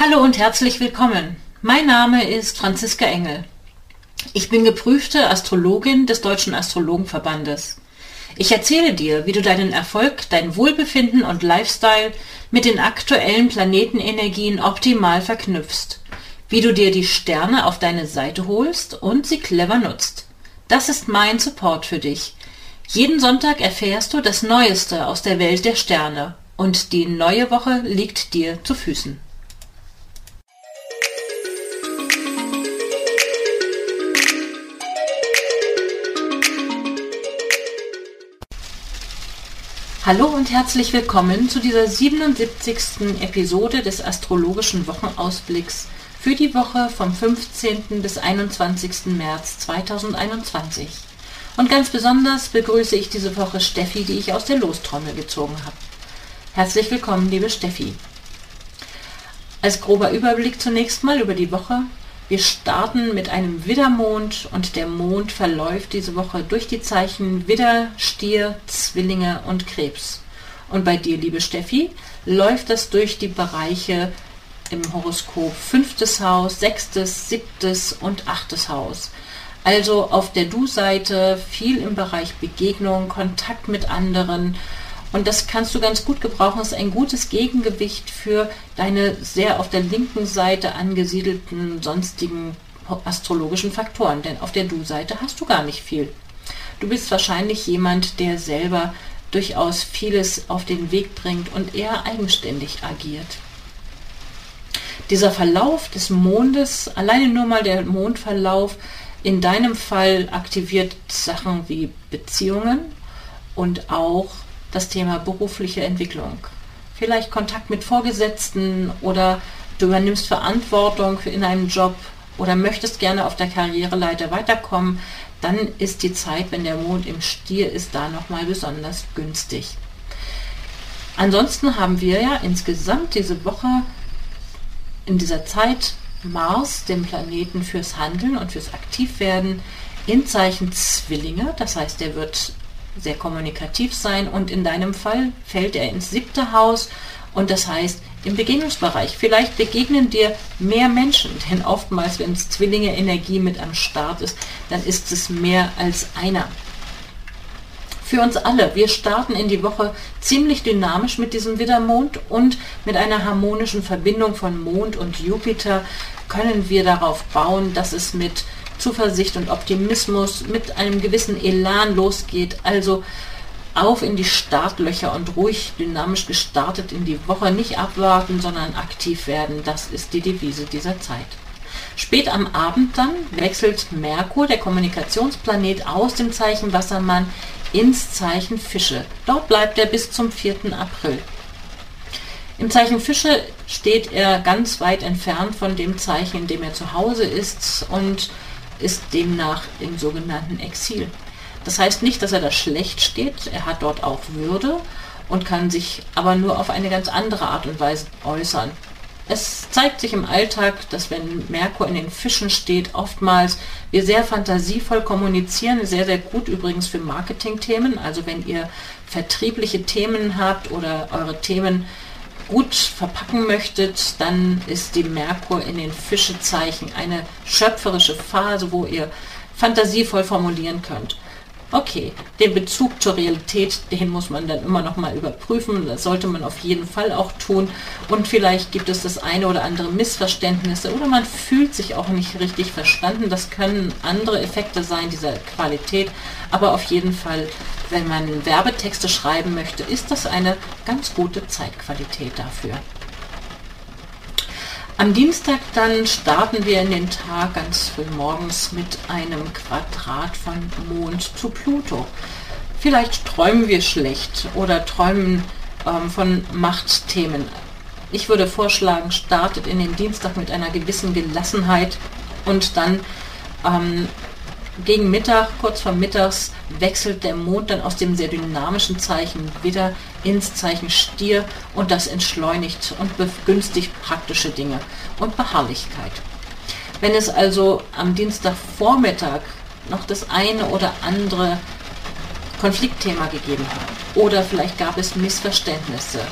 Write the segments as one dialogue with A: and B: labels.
A: Hallo und herzlich willkommen. Mein Name ist Franziska Engel. Ich bin geprüfte Astrologin des Deutschen Astrologenverbandes. Ich erzähle dir, wie du deinen Erfolg, dein Wohlbefinden und Lifestyle mit den aktuellen Planetenenergien optimal verknüpfst, wie du dir die Sterne auf deine Seite holst und sie clever nutzt. Das ist mein Support für dich. Jeden Sonntag erfährst du das Neueste aus der Welt der Sterne und die neue Woche liegt dir zu Füßen. Hallo und herzlich willkommen zu dieser 77. Episode des astrologischen Wochenausblicks für die Woche vom 15. bis 21. März 2021. Und ganz besonders begrüße ich diese Woche Steffi, die ich aus der Lostrommel gezogen habe. Herzlich willkommen, liebe Steffi. Als grober Überblick zunächst mal über die Woche. Wir starten mit einem Widdermond und der Mond verläuft diese Woche durch die Zeichen Widder, Stier, Zwillinge und Krebs. Und bei dir, liebe Steffi, läuft das durch die Bereiche im Horoskop 5. Haus, 6., 7. und 8. Haus. Also auf der Du-Seite viel im Bereich Begegnung, Kontakt mit anderen. Und das kannst du ganz gut gebrauchen. Das ist ein gutes Gegengewicht für deine sehr auf der linken Seite angesiedelten sonstigen astrologischen Faktoren. Denn auf der Du-Seite hast du gar nicht viel. Du bist wahrscheinlich jemand, der selber durchaus vieles auf den Weg bringt und eher eigenständig agiert. Dieser Verlauf des Mondes, alleine nur mal der Mondverlauf, in deinem Fall aktiviert Sachen wie Beziehungen und auch das Thema berufliche Entwicklung. Vielleicht Kontakt mit Vorgesetzten oder du übernimmst Verantwortung in einem Job oder möchtest gerne auf der Karriereleiter weiterkommen, dann ist die Zeit, wenn der Mond im Stier ist, da nochmal besonders günstig. Ansonsten haben wir ja insgesamt diese Woche in dieser Zeit Mars, den Planeten fürs Handeln und fürs Aktivwerden, in Zeichen Zwillinge. Das heißt, der wird sehr kommunikativ sein und in deinem Fall fällt er ins 7. Haus und das heißt im Begegnungsbereich. Vielleicht begegnen dir mehr Menschen, denn oftmals, wenn es Zwillinge Energie mit am Start ist, dann ist es mehr als einer. Für uns alle, wir starten in die Woche ziemlich dynamisch mit diesem Widdermond und mit einer harmonischen Verbindung von Mond und Jupiter können wir darauf bauen, dass es mit Zuversicht und Optimismus, mit einem gewissen Elan losgeht, also auf in die Startlöcher und ruhig dynamisch gestartet in die Woche, nicht abwarten, sondern aktiv werden, das ist die Devise dieser Zeit. Spät am Abend dann wechselt Merkur, der Kommunikationsplanet, aus dem Zeichen Wassermann ins Zeichen Fische. Dort bleibt er bis zum 4. April. Im Zeichen Fische steht er ganz weit entfernt von dem Zeichen, in dem er zu Hause ist und ist demnach im sogenannten Exil. Das heißt nicht, dass er da schlecht steht, er hat dort auch Würde und kann sich aber nur auf eine ganz andere Art und Weise äußern. Es zeigt sich im Alltag, dass wenn Merkur in den Fischen steht, oftmals wir sehr fantasievoll kommunizieren, sehr, sehr gut übrigens für Marketingthemen. Also wenn ihr vertriebliche Themen habt oder eure Themen gut verpacken möchtet, dann ist die Merkur in den Fischezeichen eine schöpferische Phase, wo ihr fantasievoll formulieren könnt. Okay, den Bezug zur Realität, den muss man dann immer noch mal überprüfen, das sollte man auf jeden Fall auch tun und vielleicht gibt es das eine oder andere Missverständnisse oder man fühlt sich auch nicht richtig verstanden, das können andere Effekte sein dieser Qualität, aber auf jeden Fall, wenn man Werbetexte schreiben möchte, ist das eine ganz gute Zeitqualität dafür. Am Dienstag dann starten wir in den Tag ganz früh morgens mit einem Quadrat von Mond zu Pluto. Vielleicht träumen wir schlecht oder träumen von Machtthemen. Ich würde vorschlagen, startet in den Dienstag mit einer gewissen Gelassenheit und dann gegen Mittag, kurz vor mittags, wechselt der Mond dann aus dem sehr dynamischen Zeichen Widder ins Zeichen Stier und das entschleunigt und begünstigt praktische Dinge und Beharrlichkeit. Wenn es also am Dienstagvormittag noch das eine oder andere Konfliktthema gegeben hat oder vielleicht gab es Missverständnisse,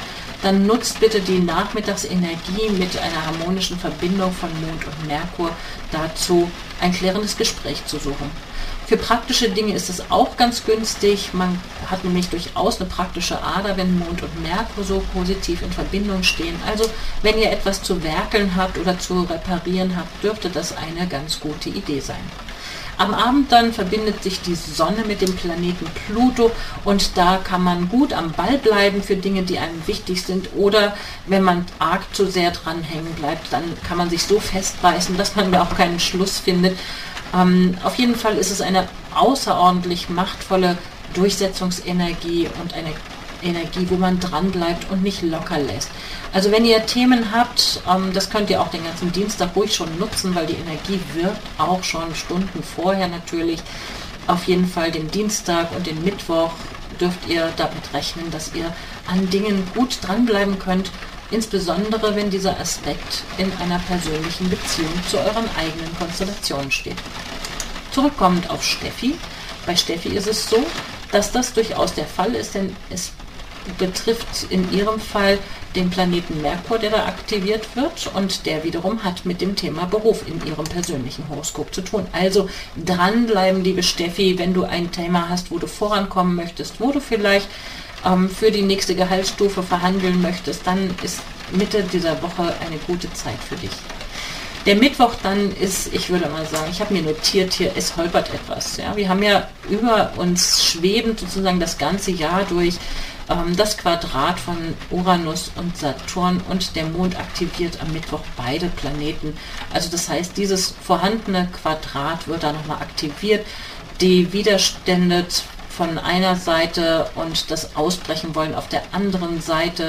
A: dann nutzt bitte die Nachmittagsenergie mit einer harmonischen Verbindung von Mond und Merkur dazu, ein klärendes Gespräch zu suchen. Für praktische Dinge ist es auch ganz günstig. Man hat nämlich durchaus eine praktische Ader, wenn Mond und Merkur so positiv in Verbindung stehen. Also wenn ihr etwas zu werkeln habt oder zu reparieren habt, dürfte das eine ganz gute Idee sein. Am Abend dann verbindet sich die Sonne mit dem Planeten Pluto und da kann man gut am Ball bleiben für Dinge, die einem wichtig sind, oder wenn man arg zu sehr dran hängen bleibt, dann kann man sich so festbeißen, dass man da auch keinen Schluss findet. Auf jeden Fall ist es eine außerordentlich machtvolle Durchsetzungsenergie und eine Energie, wo man dran bleibt und nicht locker lässt. Also wenn ihr Themen habt, das könnt ihr auch den ganzen Dienstag ruhig schon nutzen, weil die Energie wirkt auch schon Stunden vorher natürlich. Auf jeden Fall den Dienstag und den Mittwoch dürft ihr damit rechnen, dass ihr an Dingen gut dranbleiben könnt, insbesondere wenn dieser Aspekt in einer persönlichen Beziehung zu euren eigenen Konstellationen steht. Zurückkommend auf Steffi. Bei Steffi ist es so, dass das durchaus der Fall ist, denn es betrifft in ihrem Fall den Planeten Merkur, der da aktiviert wird, und der wiederum hat mit dem Thema Beruf in ihrem persönlichen Horoskop zu tun. Also dranbleiben, liebe Steffi, wenn du ein Thema hast, wo du vorankommen möchtest, wo du vielleicht für die nächste Gehaltsstufe verhandeln möchtest, dann ist Mitte dieser Woche eine gute Zeit für dich. Der Mittwoch dann ist, ich würde mal sagen, ich habe mir notiert hier, es holpert etwas. Ja? Wir haben ja über uns schwebend sozusagen das ganze Jahr durch das Quadrat von Uranus und Saturn, und der Mond aktiviert am Mittwoch beide Planeten. Also das heißt, dieses vorhandene Quadrat wird da nochmal aktiviert. Die Widerstände von einer Seite und das Ausbrechen wollen auf der anderen Seite,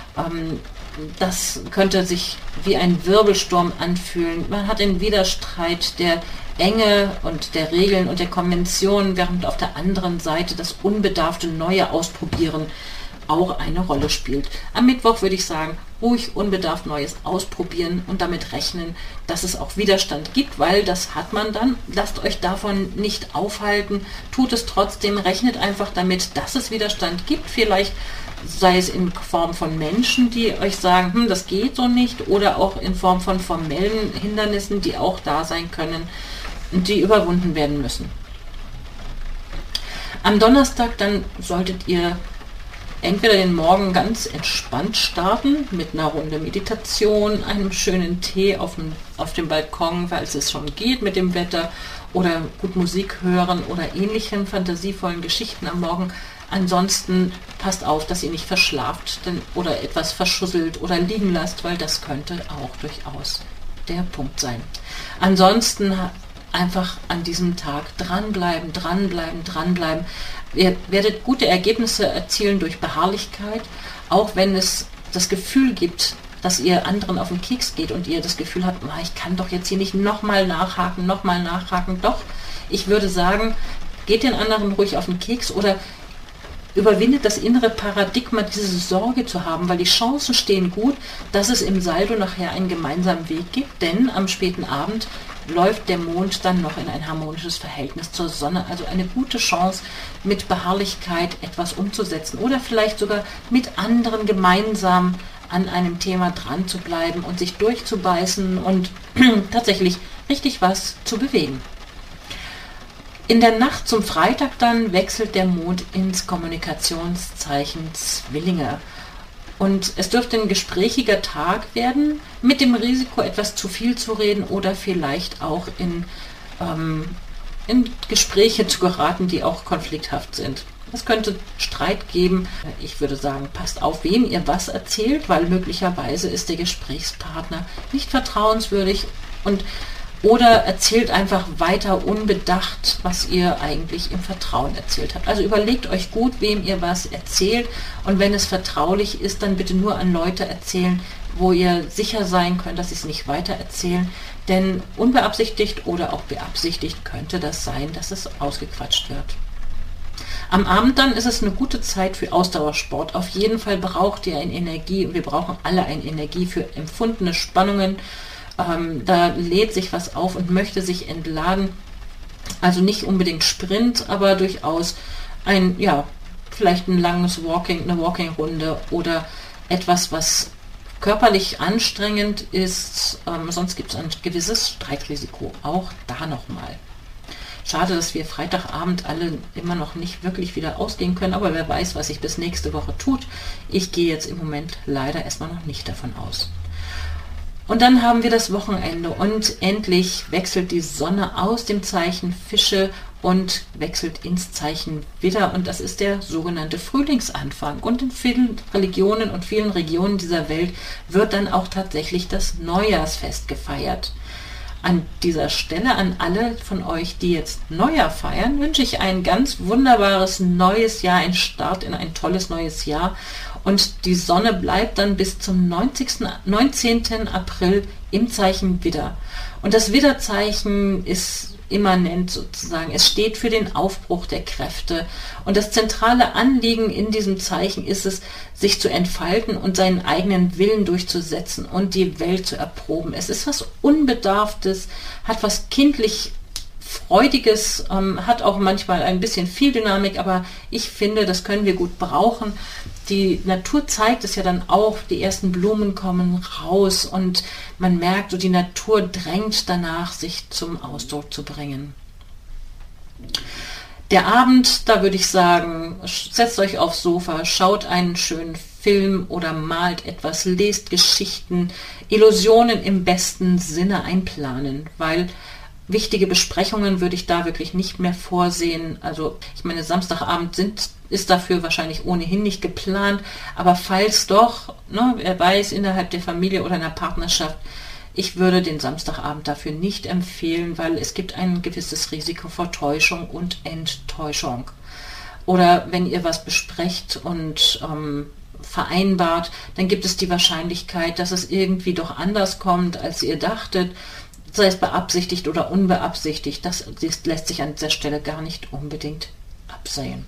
A: das könnte sich wie ein Wirbelsturm anfühlen. Man hat den Widerstreit der Enge und der Regeln und der Konventionen, während auf der anderen Seite das unbedarfte Neue ausprobieren auch eine Rolle spielt. Am Mittwoch würde ich sagen, ruhig unbedarft Neues ausprobieren und damit rechnen, dass es auch Widerstand gibt, weil das hat man dann. Lasst euch davon nicht aufhalten, tut es trotzdem, rechnet einfach damit, dass es Widerstand gibt, vielleicht sei es in Form von Menschen, die euch sagen, das geht so nicht, oder auch in Form von formellen Hindernissen, die auch da sein können, die überwunden werden müssen. Am Donnerstag dann solltet ihr entweder den Morgen ganz entspannt starten mit einer Runde Meditation, einem schönen Tee auf dem Balkon, falls es schon geht mit dem Wetter, oder gut Musik hören oder ähnlichen fantasievollen Geschichten am Morgen. Ansonsten passt auf, dass ihr nicht verschlaft oder etwas verschusselt oder liegen lasst, weil das könnte auch durchaus der Punkt sein. Ansonsten einfach an diesem Tag dranbleiben. Ihr werdet gute Ergebnisse erzielen durch Beharrlichkeit, auch wenn es das Gefühl gibt, dass ihr anderen auf den Keks geht und ihr das Gefühl habt, ich kann doch jetzt hier nicht nochmal nachhaken. Doch, ich würde sagen, geht den anderen ruhig auf den Keks oder überwindet das innere Paradigma, diese Sorge zu haben, weil die Chancen stehen gut, dass es im Saldo nachher einen gemeinsamen Weg gibt, denn am späten Abend läuft der Mond dann noch in ein harmonisches Verhältnis zur Sonne. Also eine gute Chance, mit Beharrlichkeit etwas umzusetzen oder vielleicht sogar mit anderen gemeinsam an einem Thema dran zu bleiben und sich durchzubeißen und tatsächlich richtig was zu bewegen. In der Nacht zum Freitag dann wechselt der Mond ins Kommunikationszeichen Zwillinge. Und es dürfte ein gesprächiger Tag werden, mit dem Risiko, etwas zu viel zu reden oder vielleicht auch in Gespräche zu geraten, die auch konflikthaft sind. Es könnte Streit geben. Ich würde sagen, passt auf, wem ihr was erzählt, weil möglicherweise ist der Gesprächspartner nicht vertrauenswürdig oder erzählt einfach weiter unbedacht, was ihr eigentlich im Vertrauen erzählt habt. Also überlegt euch gut, wem ihr was erzählt, und wenn es vertraulich ist, dann bitte nur an Leute erzählen, wo ihr sicher sein könnt, dass sie es nicht weiter erzählen, denn unbeabsichtigt oder auch beabsichtigt könnte das sein, dass es ausgequatscht wird. Am Abend dann ist es eine gute Zeit für Ausdauersport. Auf jeden Fall braucht ihr eine Energie, und wir brauchen alle eine Energie für empfundene Spannungen. Da lädt sich was auf und möchte sich entladen. Also nicht unbedingt Sprint, aber durchaus vielleicht ein langes Walking, eine Walking-Runde oder etwas, was körperlich anstrengend ist, sonst gibt es ein gewisses Streitrisiko. Auch da nochmal. Schade, dass wir Freitagabend alle immer noch nicht wirklich wieder ausgehen können, aber wer weiß, was sich bis nächste Woche tut. Ich gehe jetzt im Moment leider erstmal noch nicht davon aus. Und dann haben wir das Wochenende und endlich wechselt die Sonne aus dem Zeichen Fische und wechselt ins Zeichen Widder, und das ist der sogenannte Frühlingsanfang. Und in vielen Religionen und vielen Regionen dieser Welt wird dann auch tatsächlich das Neujahrsfest gefeiert. An dieser Stelle an alle von euch, die jetzt Neujahr feiern, wünsche ich ein ganz wunderbares neues Jahr, ein Start in ein tolles neues Jahr. Und die Sonne bleibt dann bis zum 19. April im Zeichen Widder. Und das Widderzeichen ist immanent sozusagen. Es steht für den Aufbruch der Kräfte. Und das zentrale Anliegen in diesem Zeichen ist es, sich zu entfalten und seinen eigenen Willen durchzusetzen und die Welt zu erproben. Es ist was Unbedarftes, hat was kindlich Freudiges, hat auch manchmal ein bisschen viel Dynamik, aber ich finde, das können wir gut brauchen. Die Natur zeigt es ja dann auch, die ersten Blumen kommen raus und man merkt, so die Natur drängt danach, sich zum Ausdruck zu bringen. Der Abend, da würde ich sagen, setzt euch aufs Sofa, schaut einen schönen Film oder malt etwas, lest Geschichten, Illusionen im besten Sinne einplanen, weil wichtige Besprechungen würde ich da wirklich nicht mehr vorsehen. Also ich meine, Samstagabend ist dafür wahrscheinlich ohnehin nicht geplant, aber falls doch, wer weiß, innerhalb der Familie oder einer Partnerschaft, ich würde den Samstagabend dafür nicht empfehlen, weil es gibt ein gewisses Risiko vor Täuschung und Enttäuschung. Oder wenn ihr was besprecht und vereinbart, dann gibt es die Wahrscheinlichkeit, dass es irgendwie doch anders kommt, als ihr dachtet, sei es beabsichtigt oder unbeabsichtigt. Das lässt sich an dieser Stelle gar nicht unbedingt absehen.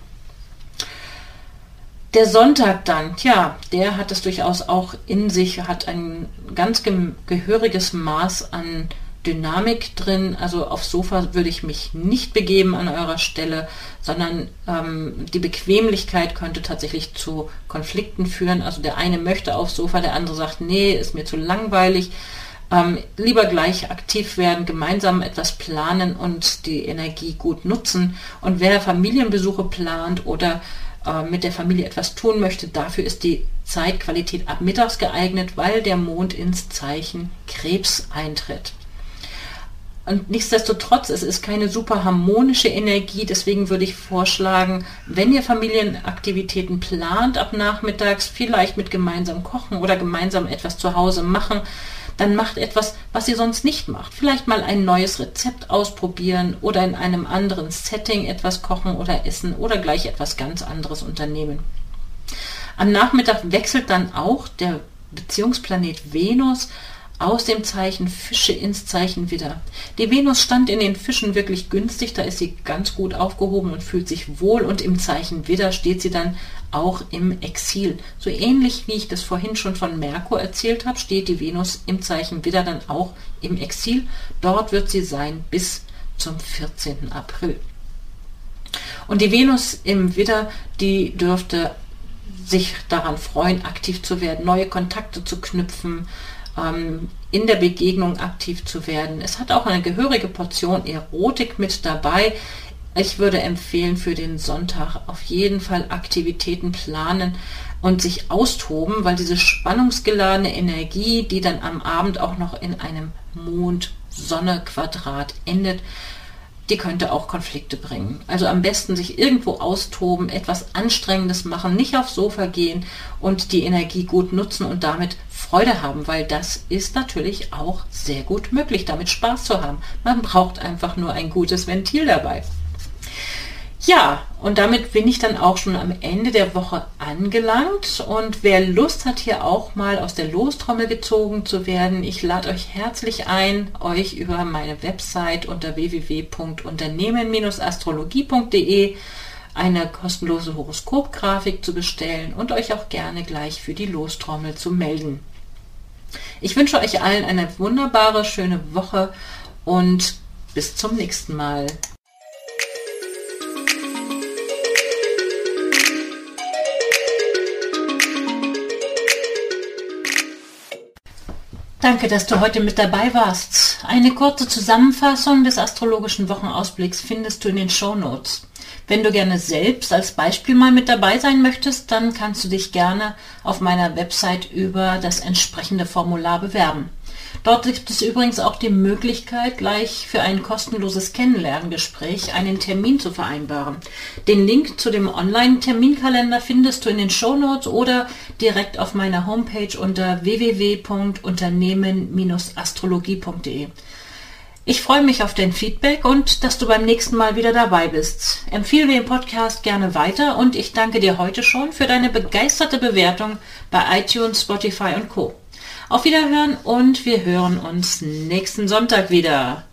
A: Der Sonntag dann, der hat es durchaus auch in sich, hat ein ganz gehöriges Maß an Dynamik drin. Also aufs Sofa würde ich mich nicht begeben an eurer Stelle, sondern die Bequemlichkeit könnte tatsächlich zu Konflikten führen. Also der eine möchte aufs Sofa, der andere sagt, nee, ist mir zu langweilig. Lieber gleich aktiv werden, gemeinsam etwas planen und die Energie gut nutzen. Und wer Familienbesuche plant oder mit der Familie etwas tun möchte, dafür ist die Zeitqualität ab mittags geeignet, weil der Mond ins Zeichen Krebs eintritt. Und nichtsdestotrotz, es ist keine super harmonische Energie, deswegen würde ich vorschlagen, wenn ihr Familienaktivitäten plant ab nachmittags, vielleicht mit gemeinsam kochen oder gemeinsam etwas zu Hause machen, dann macht etwas, was ihr sonst nicht macht. Vielleicht mal ein neues Rezept ausprobieren oder in einem anderen Setting etwas kochen oder essen oder gleich etwas ganz anderes unternehmen. Am Nachmittag wechselt dann auch der Beziehungsplanet Venus aus dem Zeichen Fische ins Zeichen Widder. Die Venus stand in den Fischen wirklich günstig, da ist sie ganz gut aufgehoben und fühlt sich wohl, und im Zeichen Widder steht sie dann auch im Exil. So ähnlich wie ich das vorhin schon von Merkur erzählt habe, steht die Venus im Zeichen Widder dann auch im Exil. Dort wird sie sein bis zum 14. April. Und die Venus im Widder, die dürfte sich daran freuen, aktiv zu werden, neue Kontakte zu knüpfen, in der Begegnung aktiv zu werden. Es hat auch eine gehörige Portion Erotik mit dabei. Ich würde empfehlen, für den Sonntag auf jeden Fall Aktivitäten planen und sich austoben, weil diese spannungsgeladene Energie, die dann am Abend auch noch in einem Mond-Sonne-Quadrat endet, die könnte auch Konflikte bringen. Also am besten sich irgendwo austoben, etwas Anstrengendes machen, nicht aufs Sofa gehen und die Energie gut nutzen und damit Freude haben, weil das ist natürlich auch sehr gut möglich, damit Spaß zu haben. Man braucht einfach nur ein gutes Ventil dabei. Ja, und damit bin ich dann auch schon am Ende der Woche angelangt, und wer Lust hat, hier auch mal aus der Lostrommel gezogen zu werden, ich lade euch herzlich ein, euch über meine Website unter www.unternehmen-astrologie.de eine kostenlose Horoskopgrafik zu bestellen und euch auch gerne gleich für die Lostrommel zu melden. Ich wünsche euch allen eine wunderbare, schöne Woche und bis zum nächsten Mal. Danke, dass du heute mit dabei warst. Eine kurze Zusammenfassung des astrologischen Wochenausblicks findest du in den Shownotes. Wenn du gerne selbst als Beispiel mal mit dabei sein möchtest, dann kannst du dich gerne auf meiner Website über das entsprechende Formular bewerben. Dort gibt es übrigens auch die Möglichkeit, gleich für ein kostenloses Kennenlerngespräch einen Termin zu vereinbaren. Den Link zu dem Online-Terminkalender findest du in den Shownotes oder direkt auf meiner Homepage unter www.unternehmen-astrologie.de. Ich freue mich auf dein Feedback und dass du beim nächsten Mal wieder dabei bist. Empfehle den Podcast gerne weiter und ich danke dir heute schon für deine begeisterte Bewertung bei iTunes, Spotify und Co. Auf Wiederhören und wir hören uns nächsten Sonntag wieder.